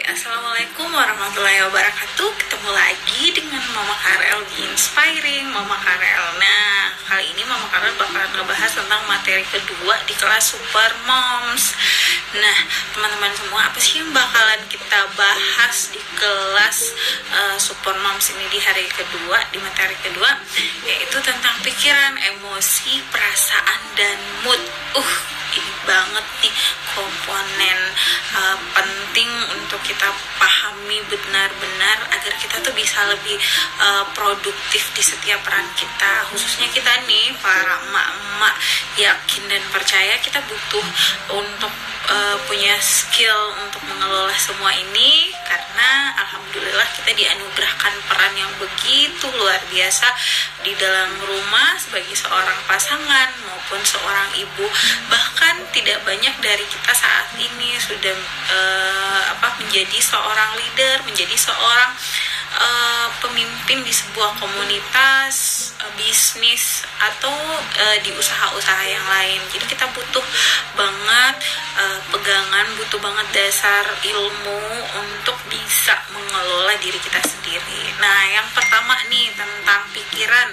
Assalamualaikum warahmatullahi wabarakatuh. Ketemu lagi dengan Mama Karel di Inspiring Mama Karel. Nah, kali ini Mama Karel bakalan ngebahas tentang materi kedua di kelas Super Moms. Nah, teman-teman semua, apa sih yang bakalan kita bahas di kelas Super Moms ini di hari kedua, di materi kedua, yaitu tentang pikiran, emosi, perasaan, dan mood. Ini banget nih komponen penting untuk kita pahami benar-benar agar kita tuh bisa lebih produktif di setiap peran kita, khususnya kita nih para emak-emak. Yakin dan percaya kita butuh untuk punya skill untuk mengelola semua ini, karena alhamdulillah kita dianugerahkan peran yang begitu luar biasa di dalam rumah sebagai seorang pasangan maupun seorang ibu. Bahkan tidak banyak dari kita saat ini sudah menjadi seorang leader, menjadi seorang pemimpin di sebuah komunitas, bisnis, atau di usaha-usaha yang lain. Jadi kita butuh banget pegangan, butuh banget dasar ilmu untuk bisa mengelola diri kita sendiri. Nah, yang pertama nih tentang pikiran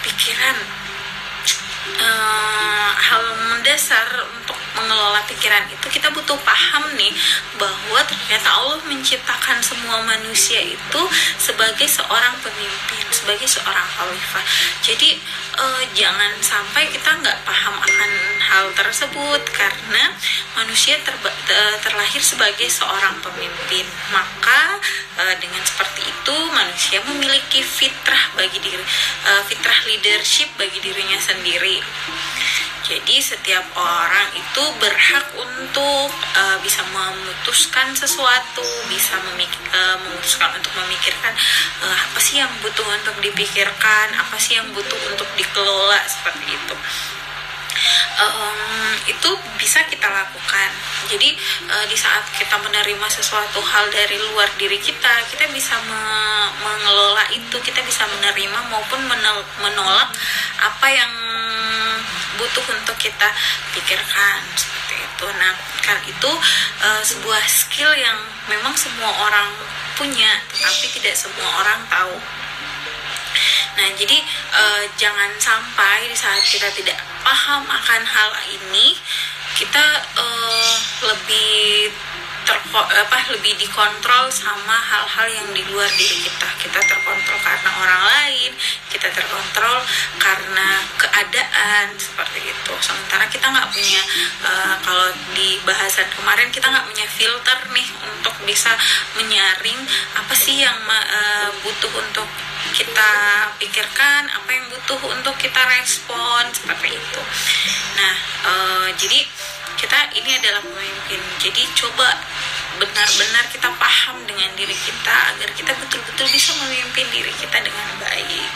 hal mendasar untuk mengelola pikiran itu, kita butuh paham nih bahwa ternyata Allah menciptakan semua manusia itu sebagai seorang pemimpin, sebagai seorang khalifah. Jadi jangan sampai kita nggak paham akan hal tersebut, karena manusia terlahir sebagai seorang pemimpin. Maka dengan seperti itu manusia memiliki fitrah fitrah leadership bagi dirinya sendiri. Jadi setiap orang itu berhak untuk bisa memutuskan sesuatu, bisa memutuskan untuk memikirkan apa sih yang butuh untuk dipikirkan, apa sih yang butuh untuk dikelola, seperti itu. Itu bisa kita lakukan. Jadi di saat kita menerima sesuatu hal dari luar diri kita, kita bisa mengelola itu, kita bisa menerima maupun menolak apa yang butuh untuk kita pikirkan, seperti itu. Nah, karena itu sebuah skill yang memang semua orang punya, tapi tidak semua orang tahu. Nah, jadi jangan sampai di saat kita tidak paham akan hal ini, kita lebih dikontrol sama hal-hal yang di luar diri kita. Kita terkontrol karena orang lain, kita terkontrol karena keadaan, seperti itu. Sementara kita nggak punya, kalau di bahasan kemarin, kita nggak punya filter nih untuk bisa menyaring apa sih yang butuh untuk kita pikirkan, apa yang butuh untuk kita respon, seperti itu. Nah, jadi kita ini adalah pemimpin. Jadi coba benar-benar kita paham dengan diri kita agar kita betul-betul bisa memimpin diri kita dengan baik.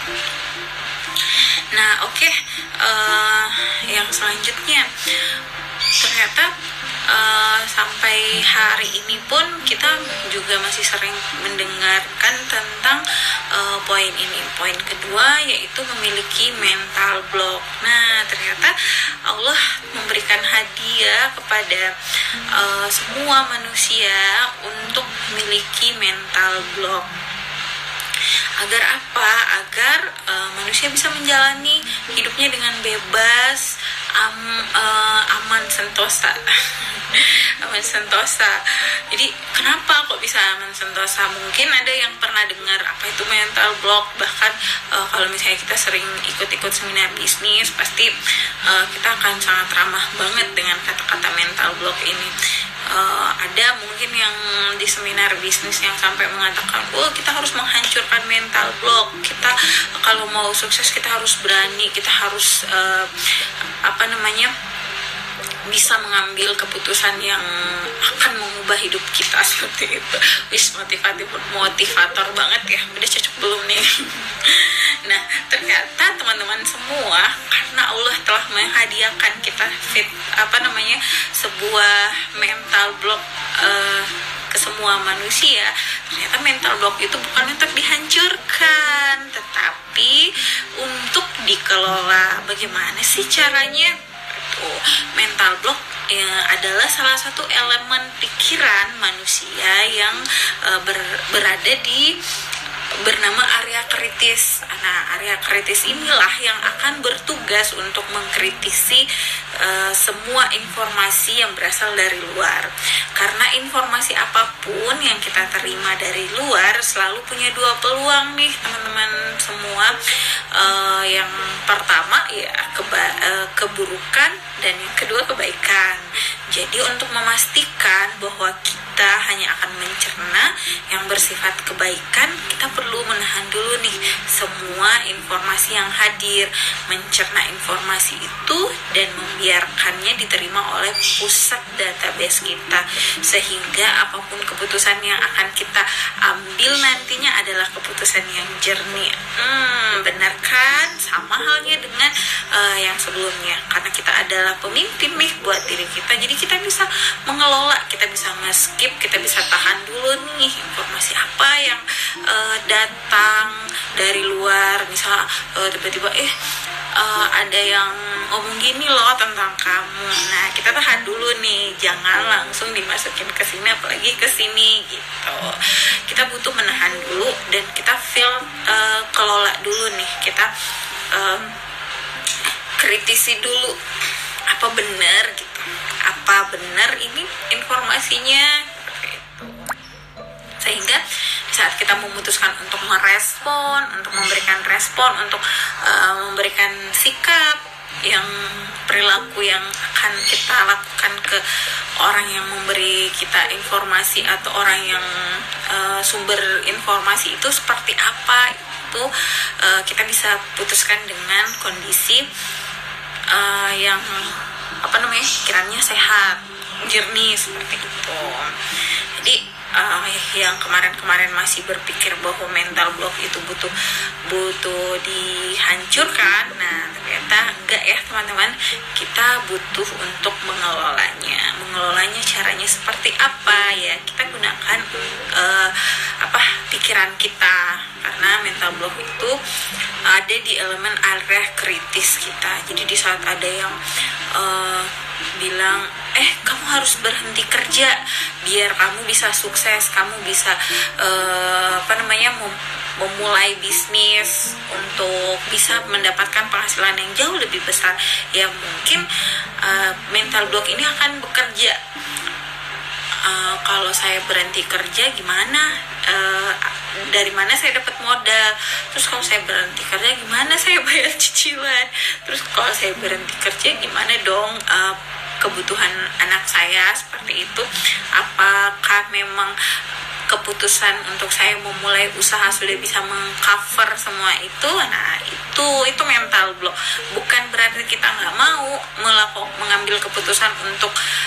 Nah, oke. Yang selanjutnya, ternyata sampai hari ini pun kita juga masih sering mendengarkan tentang poin ini. Poin kedua yaitu memiliki mental block. Nah, ternyata Allah memberikan hadiah kepada semua manusia untuk memiliki mental block. Agar apa? Agar manusia bisa menjalani hidupnya dengan bebas, aman sentosa. Aman sentosa. Jadi kenapa kok bisa aman sentosa? Mungkin ada yang pernah dengar apa itu mental block. Bahkan kalau misalnya kita sering ikut-ikut seminar bisnis, pasti kita akan sangat ramah banget dengan kata-kata mental block ini. Ada mungkin yang di seminar bisnis yang sampai mengatakan, kita harus menghancurkan mental block. Kita kalau mau sukses, kita harus berani, kita harus bisa mengambil keputusan yang akan mengubah hidup kita, seperti itu. Motivator banget ya. Udah cocok belum nih? Nah, ternyata teman-teman semua, karena Allah telah menghadiahkan kita sebuah mental block ke semua manusia. Ternyata mental block itu bukan untuk dihancurkan, tetapi untuk dikelola. Bagaimana sih caranya? Mental block ya, adalah salah satu elemen pikiran manusia yang berada di bernama area kritis. Nah, area kritis inilah yang akan bertugas untuk mengkritisi semua informasi yang berasal dari luar. Karena informasi apapun yang kita terima dari luar selalu punya dua peluang nih teman-teman semua. Yang pertama ya keburukan, dan yang kedua kebaikan. Jadi untuk memastikan bahwa kita hanya akan mencerna yang bersifat kebaikan, kita perlu menahan dulu nih semua informasi yang hadir, mencerna informasi itu dan membiarkannya diterima oleh pusat database kita, sehingga apapun keputusan yang akan kita ambil nantinya adalah keputusan yang jernih. Benar kan? Sama halnya dengan yang sebelumnya, karena kita adalah pemimpin nih buat diri kita, jadi kita bisa mengelola, kita bisa nge-skip, kita bisa tahan dulu nih informasi apa yang datang dari luar. Misal tiba-tiba ada yang ngomong gini loh tentang kamu, nah kita tahan dulu nih, jangan langsung dimasukin ke sini apalagi ke sini gitu. Kita butuh menahan dulu dan kita kelola dulu nih, kita kritisi dulu apa benar gitu, apa benar ini informasinya gitu. Sehingga saat kita memutuskan untuk merespon, untuk memberikan respon, untuk memberikan sikap yang perilaku yang akan kita lakukan ke orang yang memberi kita informasi atau orang yang sumber informasi itu seperti apa, itu kita bisa putuskan dengan kondisi yang pikirannya sehat, jernih seperti itu. Jadi yang kemarin-kemarin masih berpikir bahwa mental block itu butuh dihancurkan, nah ternyata enggak ya teman-teman. Kita butuh untuk mengelolanya caranya seperti apa ya, kita gunakan pikiran kita, karena mental block itu ada di elemen area kritis kita. Jadi di saat ada yang bilang kamu harus berhenti kerja biar kamu bisa sukses, kamu bisa memulai bisnis untuk bisa mendapatkan penghasilan yang jauh lebih besar, ya mungkin mental block ini akan bekerja. Kalau saya berhenti kerja gimana? Dari mana saya dapat modal? Terus kalau saya berhenti kerja gimana saya bayar cicilan? Terus kalau saya berhenti kerja gimana dong kebutuhan anak saya? Seperti itu. Apakah memang keputusan untuk saya memulai usaha sudah bisa mengcover semua itu? Nah itu mental block. Bukan berarti kita nggak mau mengambil keputusan untuk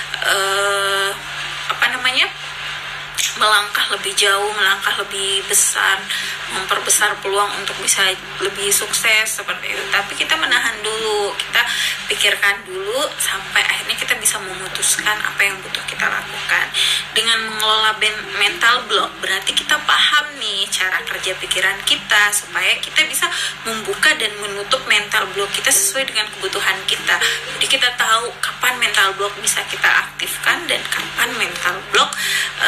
melangkah lebih jauh, melangkah lebih besar, memperbesar peluang untuk bisa lebih sukses seperti itu. Tapi kita menahan dulu, kita pikirkan dulu sampai akhirnya kita bisa memutuskan apa yang butuh kita lakukan. Dengan mengelola mental block berarti kita paham nih cara kerja pikiran kita supaya kita bisa membuka dan menutup mental block kita sesuai dengan kebutuhan kita. Jadi kita tahu kapan mental block bisa kita aktifkan dan kapan mental block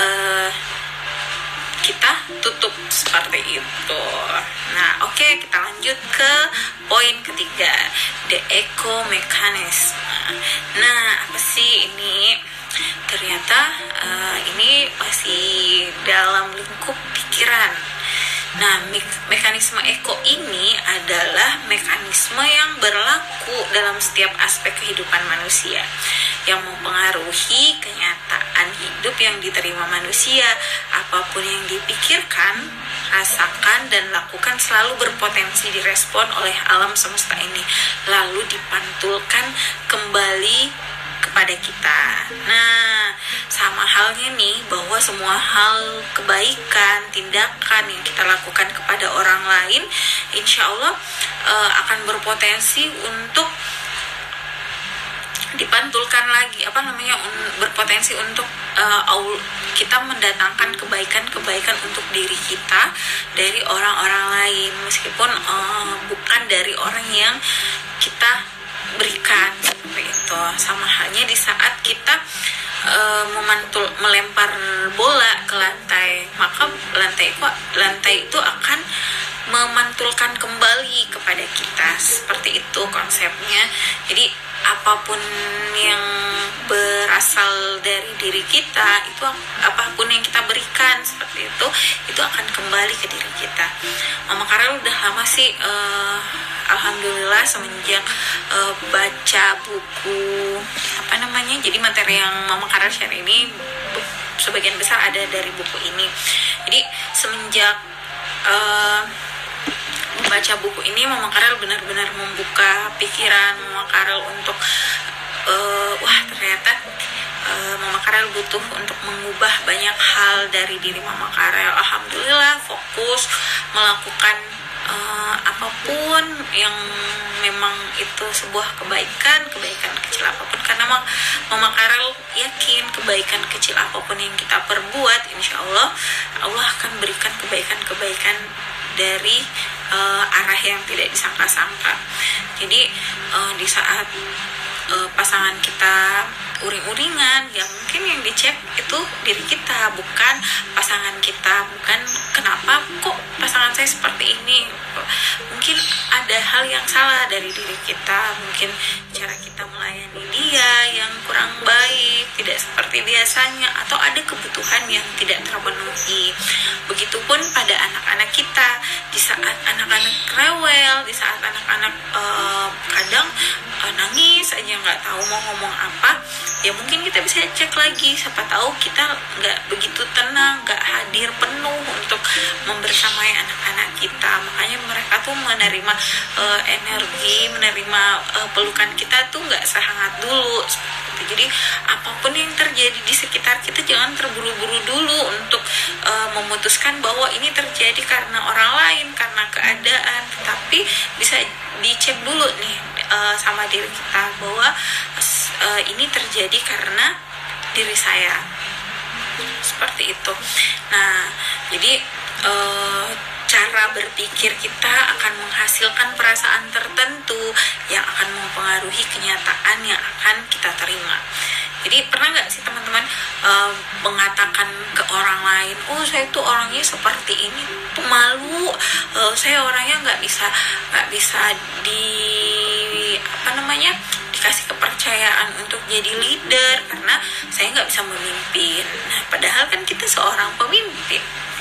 kita tutup seperti itu. Nah, oke, kita lanjut ke poin ketiga, the echo mechanism. Nah, apa sih ini? Ternyata ini masih dalam lingkup pikiran. Nah, mekanisme echo ini adalah mekanisme yang berlaku dalam setiap aspek kehidupan manusia, yang mempengaruhi kenyataan hidup yang diterima manusia. Apapun yang dipikirkan, rasakan, dan lakukan selalu berpotensi direspon oleh alam semesta ini, lalu dipantulkan kembali kepada kita. Nah, sama halnya nih bahwa semua hal kebaikan, tindakan yang kita lakukan kepada orang lain, insya Allah akan berpotensi untuk dipantulkan lagi, berpotensi untuk kita mendatangkan kebaikan-kebaikan untuk diri kita dari orang-orang lain, meskipun bukan dari orang yang kita berikan. Seperti itu. Sama halnya Misalnya di saat kita melempar bola ke lantai, maka lantai itu akan memantulkan kembali kepada kita. Seperti itu konsepnya. Jadi apapun yang berasal dari diri kita, itu apapun yang kita berikan seperti itu akan kembali ke diri kita. Mama Karel udah lama sih alhamdulillah semenjak baca buku jadi materi yang Mama Karel share ini sebagian besar ada dari buku ini. Jadi semenjak membaca buku ini, Mama Karel benar-benar membuka pikiran Mama Karel untuk ternyata Mama Karel butuh untuk mengubah banyak hal dari diri Mama Karel. Alhamdulillah fokus melakukan apapun yang memang itu sebuah kebaikan kecil apapun, karena Mama Karel yakin kebaikan kecil apapun yang kita perbuat, insya Allah akan berikan kebaikan dari arah yang tidak disangka-sangka. Jadi di saat pasangan kita uring-uringan, ya mungkin yang dicek itu diri kita, bukan pasangan kita, bukan kenapa kok pasangan saya seperti ini. Mungkin ada hal yang salah dari diri kita, mungkin cara kita melayani dia yang kurang baik, tidak seperti biasanya, atau ada kebutuhan yang tidak terpenuhi. Begitupun pada anak-anak kita, di saat anak-anak rewel, di saat anak-anak kadang nangis aja nggak tahu mau ngomong apa, ya mungkin kita bisa cek lagi, siapa tahu kita nggak begitu tenang, nggak hadir penuh untuk membersamai anak-anak kita. Makanya mereka tuh menerima energi, menerima pelukan kita tuh nggak sehangat dulu. Jadi apapun yang terjadi di sekitar kita, jangan terburu-buru dulu untuk memutuskan bahwa ini terjadi karena orang lain, karena keadaan, tetapi bisa dicek dulu nih sama diri kita bahwa ini terjadi karena diri saya, seperti itu. Nah, jadi cara berpikir kita akan menghasilkan perasaan tertentu yang akan mempengaruhi kenyataan yang akan kita terima. Jadi pernah nggak sih teman-teman mengatakan ke orang lain, oh saya tuh orangnya seperti ini, pemalu, saya orangnya nggak bisa dikasih kepercayaan untuk jadi leader karena saya nggak bisa memimpin. Nah, padahal kan kita seorang pemimpin.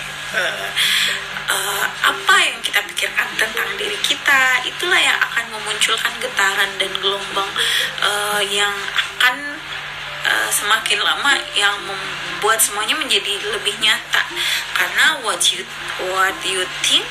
Apa yang kita pikirkan tentang diri kita, itulah yang akan memunculkan getaran dan gelombang yang akan semakin lama yang membuat semuanya menjadi lebih nyata. Karena what you think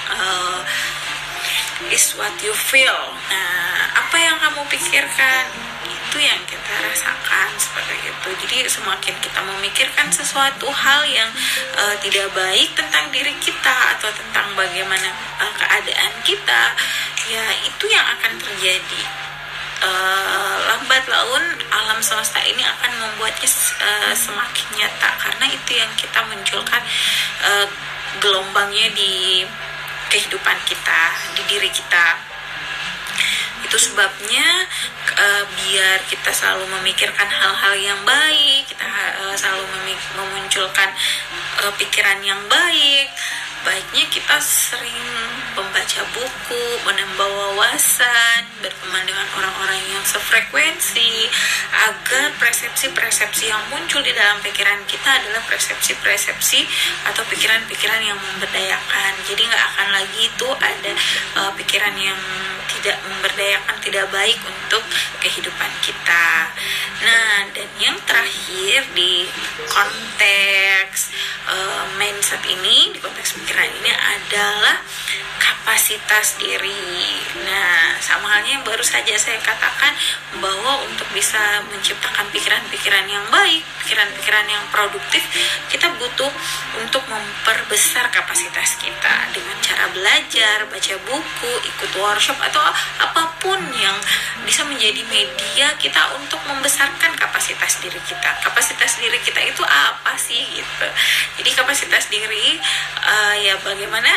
is what you feel. Nah, apa yang kamu pikirkan itu yang kita rasakan, seperti itu. Jadi semakin kita memikirkan sesuatu hal yang tidak baik tentang diri kita atau tentang bagaimana keadaan kita, ya itu yang akan terjadi. Lambat laun alam semesta ini akan membuatnya semakin nyata, karena itu yang kita munculkan gelombangnya di kehidupan kita, di diri kita. Itu sebabnya biar kita selalu memikirkan hal-hal yang baik, kita selalu memunculkan pikiran yang baik, baiknya kita sering membaca buku, menambah wawasan, berteman dengan orang-orang yang sefrekuensi, agar persepsi-persepsi yang muncul di dalam pikiran kita adalah persepsi-persepsi atau pikiran-pikiran yang memberdayakan. Jadi nggak akan lagi itu ada pikiran yang tidak memberdayakan, tidak baik untuk kehidupan kita. Nah, dan yang terakhir di konteks mindset ini, di konteks pikiran ini adalah kapasitas diri. Nah, sama halnya yang baru saja saya katakan, bahwa untuk bisa menciptakan pikiran-pikiran yang baik, pikiran-pikiran yang produktif, kita butuh untuk memperbesar kapasitas kita dengan cara belajar, baca buku, ikut workshop, atau apapun yang bisa menjadi media kita untuk membesarkan kapasitas diri kita. Kapasitas diri kita itu apa sih gitu. Jadi kapasitas diri ya bagaimana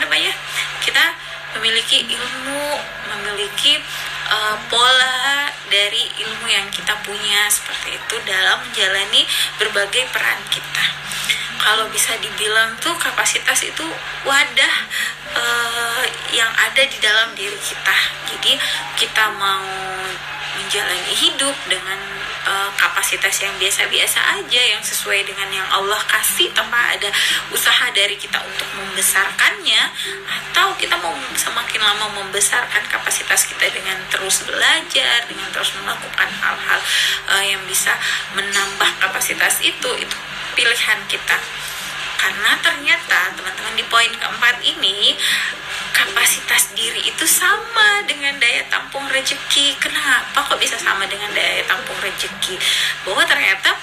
kita memiliki ilmu, memiliki pola dari ilmu yang kita punya seperti itu dalam menjalani berbagai peran kita. Kalau bisa dibilang tuh kapasitas itu wadah yang ada di dalam diri kita. Jadi kita mau menjalani hidup dengan kapasitas yang biasa-biasa aja, yang sesuai dengan yang Allah kasih tanpa ada usaha dari kita untuk membesarkannya, atau kita mau semakin lama membesarkan kapasitas kita dengan terus belajar, dengan terus melakukan hal-hal yang bisa menambah kapasitas itu pilihan kita. Karena ternyata teman-teman di poin keempat ini, kapasitas diri itu sama dengan daya tampung rezeki. Kenapa kok bisa sama dengan daya tampung rezeki? Bahwa ternyata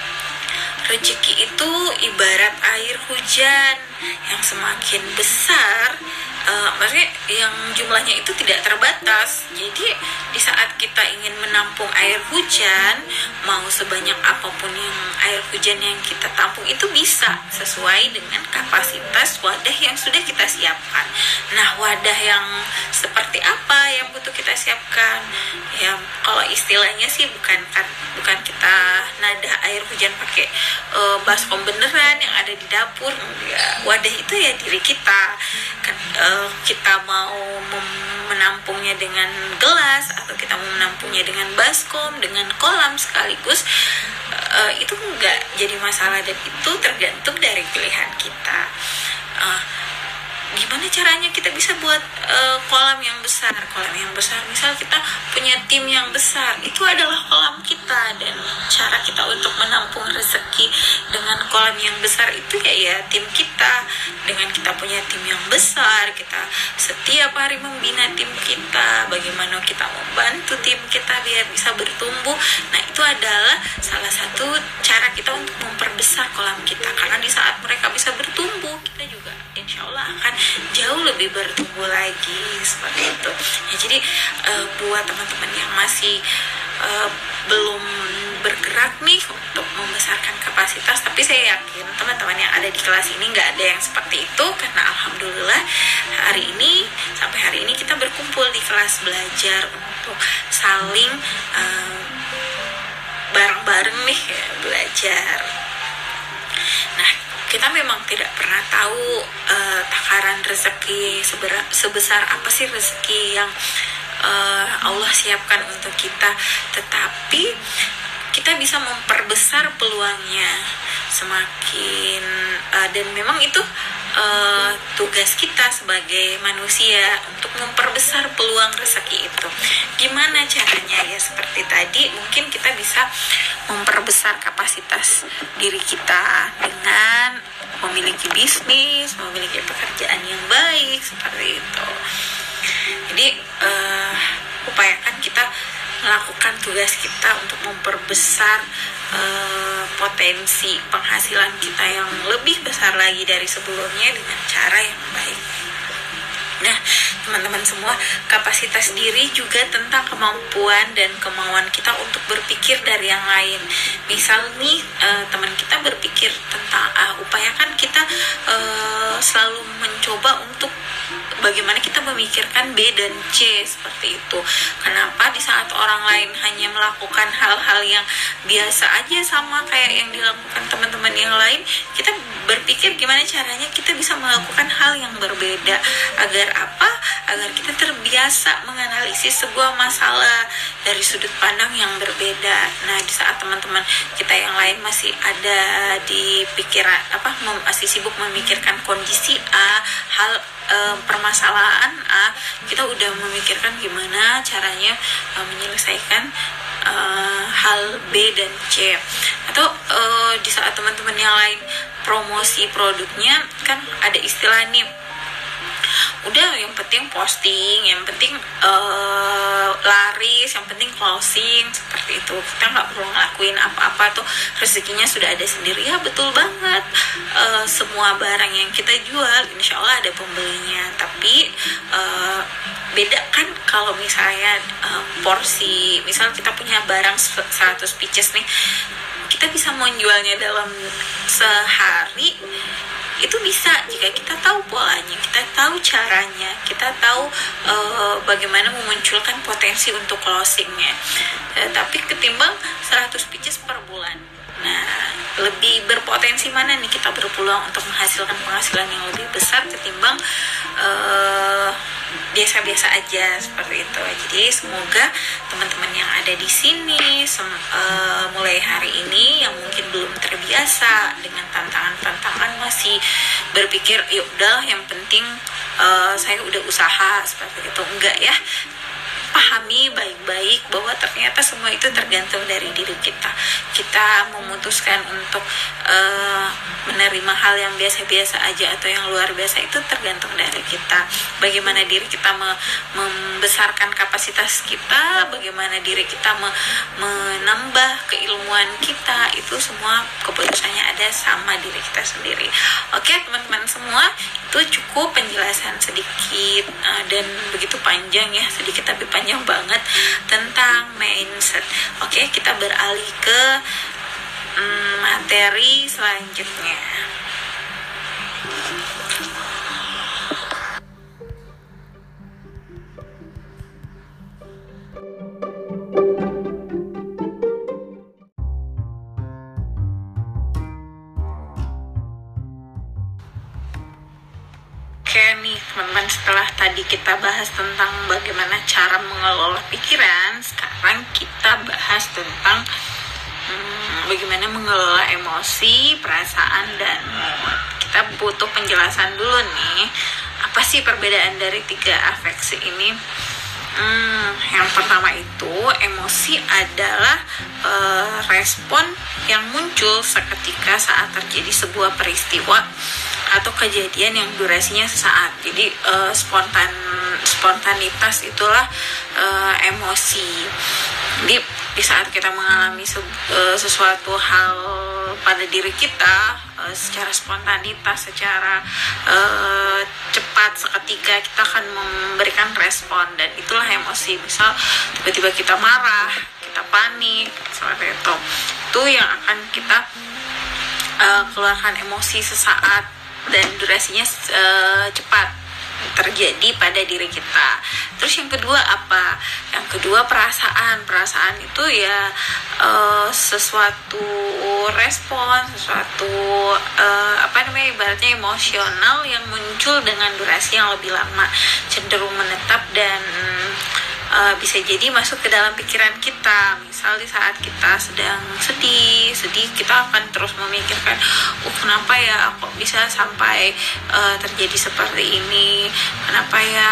rezeki itu ibarat air hujan yang semakin besar, maksudnya yang jumlahnya itu tidak terbatas. Jadi di saat kita ingin menampung air hujan, mau sebanyak apapun yang air hujan yang kita tampung itu bisa sesuai dengan kapasitas wadah yang sudah kita siapkan. Nah, wadah yang seperti apa yang butuh kita siapkan? Ya, kalau istilahnya sih bukan kita nada air hujan pakai baskom beneran yang ada di dapur. Ya, wadah itu ya diri kita. Kita mau menampungnya dengan gelas atau kita mau menampungnya dengan baskom, dengan kolam sekaligus, itu enggak jadi masalah, dan itu tergantung dari pilihan kita. Gimana caranya kita bisa buat kolam yang besar? Kolam yang besar, misal kita punya tim yang besar, itu adalah kolam kita. Dan cara kita untuk menampung rezeki dengan kolam yang besar itu ya tim kita. Dengan kita punya tim yang besar, kita setiap hari membina tim kita, bagaimana kita membantu tim kita biar bisa bertumbuh. Nah, itu adalah salah satu cara kita untuk memperbesar kolam kita. Karena di saat mereka bisa bertumbuh, kita juga insya Allah akan jauh lebih bertumbuh lagi, seperti itu. Ya, jadi buat teman-teman yang masih belum bergerak nih untuk membesarkan kapasitas, tapi saya yakin teman-teman yang ada di kelas ini nggak ada yang seperti itu, karena alhamdulillah sampai hari ini kita berkumpul di kelas belajar untuk saling bareng-bareng nih ya, belajar. Nah, kita memang tidak pernah tahu takaran rezeki sebesar apa sih rezeki yang Allah siapkan untuk kita, tetapi kita bisa memperbesar peluangnya semakin dan memang itu tugas kita sebagai manusia untuk memperbesar peluang rezeki itu. Gimana caranya? Ya seperti tadi, mungkin kita bisa memperbesar kapasitas diri kita dengan memiliki bisnis, memiliki pekerjaan yang baik, seperti itu. Jadi upayakan kita melakukan tugas kita untuk memperbesar potensi penghasilan kita yang lebih besar lagi dari sebelumnya dengan cara yang baik. Nah, teman-teman semua, kapasitas diri juga tentang kemampuan dan kemauan kita untuk berpikir dari yang lain. Misal nih, teman kita berpikir tentang A, upayakan kita selalu mencoba untuk bagaimana kita memikirkan B dan C, seperti itu. Kenapa di saat orang lain hanya melakukan hal-hal yang biasa aja sama kayak yang dilakukan teman-teman yang lain, kita berpikir gimana caranya kita bisa melakukan hal yang berbeda. Agar apa? Agar kita terbiasa menganalisis sebuah masalah dari sudut pandang yang berbeda. Nah, di saat teman-teman kita yang lain masih ada di pikiran masih sibuk memikirkan kondisi A, permasalahan A, kita udah memikirkan gimana caranya menyelesaikan hal B dan C. Atau di saat teman-teman yang lain promosi produknya, kan ada istilah nih, udah yang penting posting, yang penting laris, yang penting closing, seperti itu. Kita nggak perlu ngelakuin apa-apa, tuh rezekinya sudah ada sendiri. Ya betul banget, semua barang yang kita jual insya Allah ada pembelinya. Tapi beda kan kalau misalnya porsi, misal kita punya barang 100 pieces nih, kita bisa menjualnya dalam sehari Itu bisa jika kita tahu polanya, kita tahu caranya, kita tahu bagaimana memunculkan potensi untuk closingnya. Tapi ketimbang 100 pitches per bulan, nah lebih berpotensi mana nih kita berpeluang untuk menghasilkan penghasilan yang lebih besar ketimbang biasa-biasa aja seperti itu. Jadi semoga teman-teman yang ada di sini mulai hari ini yang mungkin belum terbiasa dengan tantangan-tantangan masih berpikir ya udah yang penting saya udah usaha seperti itu, enggak ya. Pahami baik-baik bahwa ternyata semua itu tergantung dari diri kita. Kita memutuskan untuk menerima hal yang biasa-biasa aja atau yang luar biasa itu tergantung dari kita. Bagaimana diri kita membesarkan kapasitas kita, bagaimana diri kita menambah keilmuan kita, itu semua keputusannya ada sama diri kita sendiri. Oke teman-teman semua, itu cukup penjelasan sedikit dan begitu panjang ya, sedikit tapi panjang banget tentang mindset. Oke, kita beralih ke materi selanjutnya. Oke nih teman-teman, setelah tadi kita bahas tentang bagaimana cara mengelola pikiran, sekarang kita bahas tentang bagaimana mengelola emosi, perasaan, dan kita butuh penjelasan dulu nih, apa sih perbedaan dari 3 afeksi ini. Yang pertama itu, emosi adalah respon yang muncul seketika saat terjadi sebuah peristiwa atau kejadian yang durasinya sesaat. Jadi spontanitas itulah emosi. Jadi di saat kita mengalami sesuatu hal pada diri kita secara spontanitas, secara cepat, seketika kita akan memberikan respon, dan itulah emosi. Misal tiba-tiba kita marah, kita panik, seperti itu. Itu yang akan kita keluarkan emosi sesaat dan durasinya cepat terjadi pada diri kita. Terus yang kedua apa? Yang kedua perasaan. Perasaan itu ya sesuatu respon, sesuatu ibaratnya emosional yang muncul dengan durasi yang lebih lama, cenderung menetap dan bisa jadi masuk ke dalam pikiran kita. Misal di saat kita sedang sedih, kita akan terus memikirkan, kenapa ya kok bisa sampai terjadi seperti ini, kenapa ya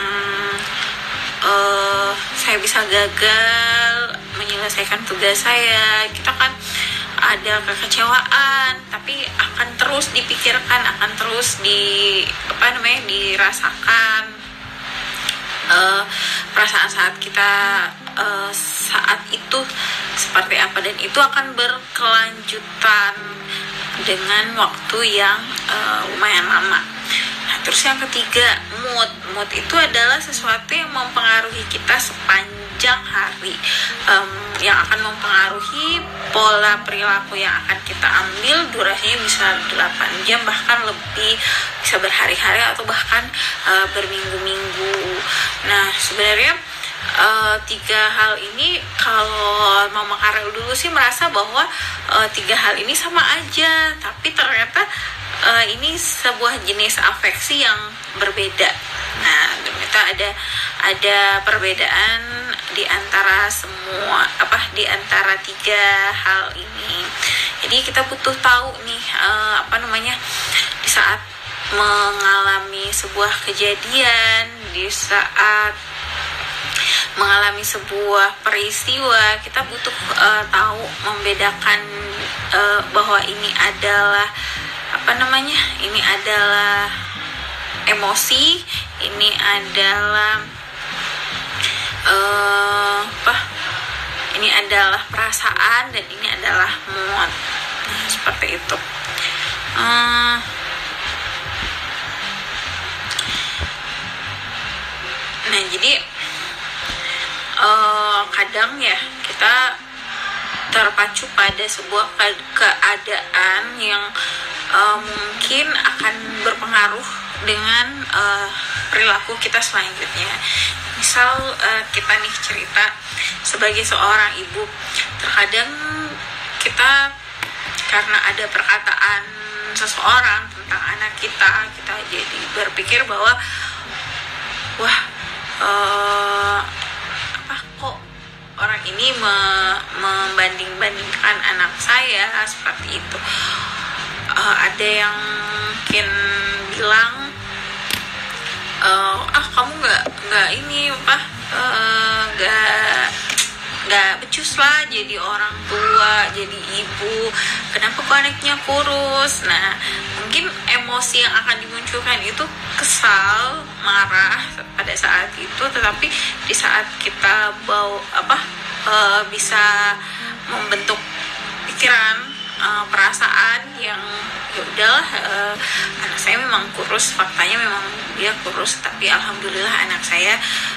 saya bisa gagal menyelesaikan tugas saya. Kita kan ada kekecewaan, tapi akan terus dipikirkan, akan terus dirasakan. Perasaan saat kita saat itu seperti apa, dan itu akan berkelanjutan dengan waktu yang lumayan lama. Nah, terus yang ketiga, mood itu adalah sesuatu yang mempengaruhi kita sepanjang hari, yang akan mempengaruhi pola perilaku yang akan kita ambil. Durasinya bisa 8 jam, bahkan lebih, bisa berhari-hari atau bahkan berminggu-minggu. Nah sebenarnya 3 hal ini, kalau Mama Karel dulu sih merasa bahwa 3 hal ini sama aja, tapi ternyata ini sebuah jenis afeksi yang berbeda. Nah ternyata ada perbedaan di antara di antara 3 hal ini. Jadi kita butuh tahu nih di saat mengalami sebuah kejadian, di saat mengalami sebuah peristiwa, kita butuh tahu membedakan bahwa ini adalah ini adalah emosi, ini adalah ini adalah perasaan, dan ini adalah mood. Nah, seperti itu. Nah jadi kadang ya kita terpacu pada sebuah keadaan yang mungkin akan berpengaruh dengan perilaku kita selanjutnya. Misal kita nih cerita sebagai seorang ibu, terkadang kita karena ada perkataan seseorang tentang anak kita jadi berpikir bahwa wah, kok orang ini membanding-bandingkan anak saya seperti itu. Ada yang mungkin bilang, kamu nggak ini nggak becus lah jadi orang tua, jadi ibu, kenapa kok anaknya kurus. Nah, mungkin emosi yang akan dimunculkan itu kesal, marah pada saat itu, tetapi di saat kita bisa membentuk pikiran, perasaan yang ya udahlah, anak saya memang kurus, faktanya memang dia kurus, tapi alhamdulillah anak saya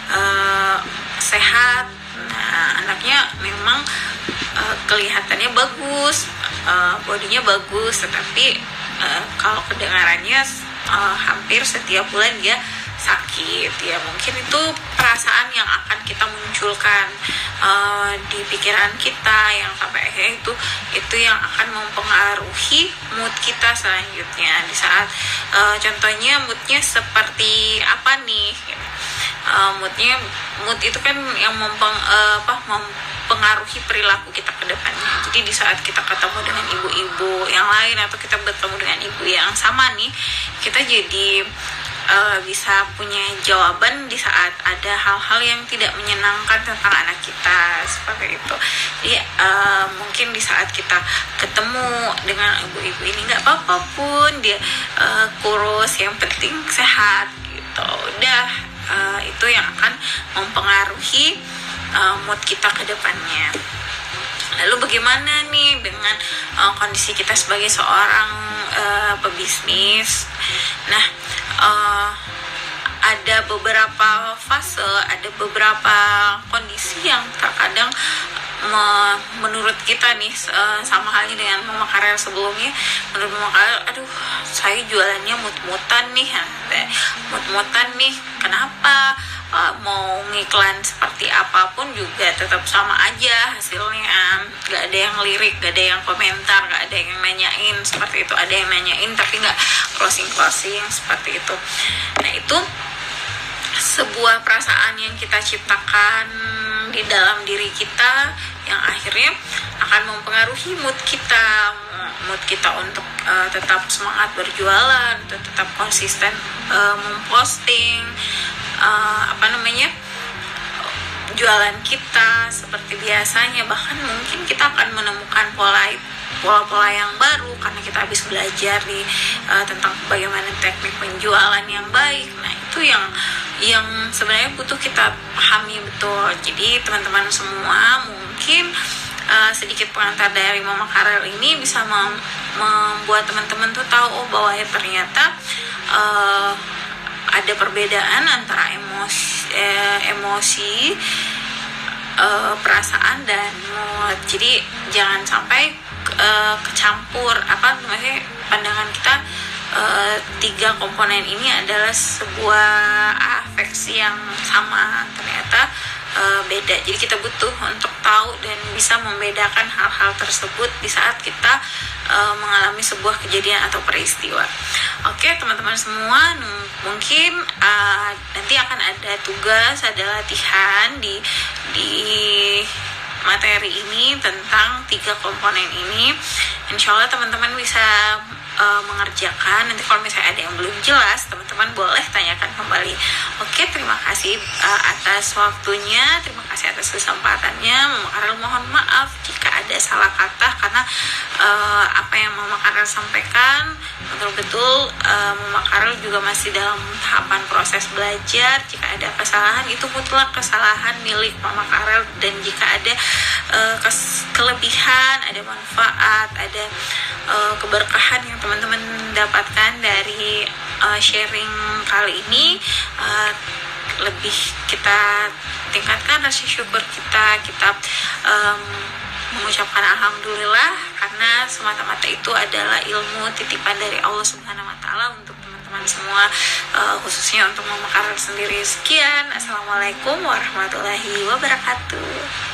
sehat. Nah, anaknya memang kelihatannya bagus, bodinya bagus, tetapi kalau kedengarannya hampir setiap bulan dia sakit. Ya mungkin itu perasaan yang akan kita munculkan di pikiran kita, yang sampai akhirnya itu yang akan mempengaruhi mood kita selanjutnya. Di saat contohnya moodnya seperti apa nih? Mood itu kan yang mempengaruhi perilaku kita ke depannya. Jadi di saat kita ketemu dengan ibu-ibu yang lain atau kita bertemu dengan ibu yang sama nih, kita jadi bisa punya jawaban di saat ada hal-hal yang tidak menyenangkan tentang anak kita seperti itu. Jadi mungkin di saat kita ketemu dengan ibu-ibu ini, nggak apa-apa pun dia kurus, yang penting sehat gitu. Udah, itu yang akan mempengaruhi mood kita ke depannya. Lalu bagaimana nih dengan kondisi kita sebagai seorang pebisnis? Nah, ada beberapa fase, ada beberapa kondisi yang terkadang menurut kita nih, sama halnya dengan Mama Karel sebelumnya. Menurut Mama Karel, aduh, saya jualannya mut-mutan nih, kenapa? Mau ngiklan seperti apapun juga tetap sama aja hasilnya. Gak ada yang lirik, gak ada yang komentar, gak ada yang nanyain seperti itu. Ada yang nanyain tapi gak closing seperti itu. Nah, itu sebuah perasaan yang kita ciptakan di dalam diri kita, yang akhirnya akan mempengaruhi mood kita untuk tetap semangat berjualan, untuk tetap konsisten memposting jualan kita seperti biasanya. Bahkan mungkin kita akan menemukan pola-pola yang baru karena kita habis belajar tentang bagaimana teknik penjualan yang baik. Nah, itu yang sebenarnya butuh kita pahami betul. Jadi teman-teman semua, mungkin sedikit pengantar dari Mama Karel ini bisa membuat teman-teman tuh tahu bahwa ya ternyata ada perbedaan antara emosi, perasaan dan mood. Jadi jangan sampai kecampur pandangan kita. Tiga komponen ini adalah sebuah afeksi yang sama, ternyata beda. Jadi kita butuh untuk tahu dan bisa membedakan hal-hal tersebut di saat kita mengalami sebuah kejadian atau peristiwa. Oke, teman-teman semua, mungkin nanti akan ada tugas, ada latihan di materi ini tentang tiga komponen ini. Insya Allah teman-teman bisa mengerjakan. Nanti kalau misalnya ada yang belum jelas, teman-teman boleh tanyakan kembali. Oke, terima kasih atas waktunya, terima kasih atas kesempatannya. Mama Karel mohon maaf jika ada salah kata, karena apa yang Mama Karel sampaikan betul-betul Mama Karel juga masih dalam tahapan proses belajar. Jika ada kesalahan, itu mutlak kesalahan milik Mama Karel, dan jika ada kelebihan, ada manfaat, ada keberkahan yang teman-teman dapatkan dari sharing kali ini, lebih kita tingkatkan rasa syukur kita mengucapkan alhamdulillah, karena semata-mata itu adalah ilmu titipan dari Allah Subhanahu wa Ta'ala untuk teman-teman semua, khususnya untuk Mama Karel sendiri. Sekian, assalamualaikum warahmatullahi wabarakatuh.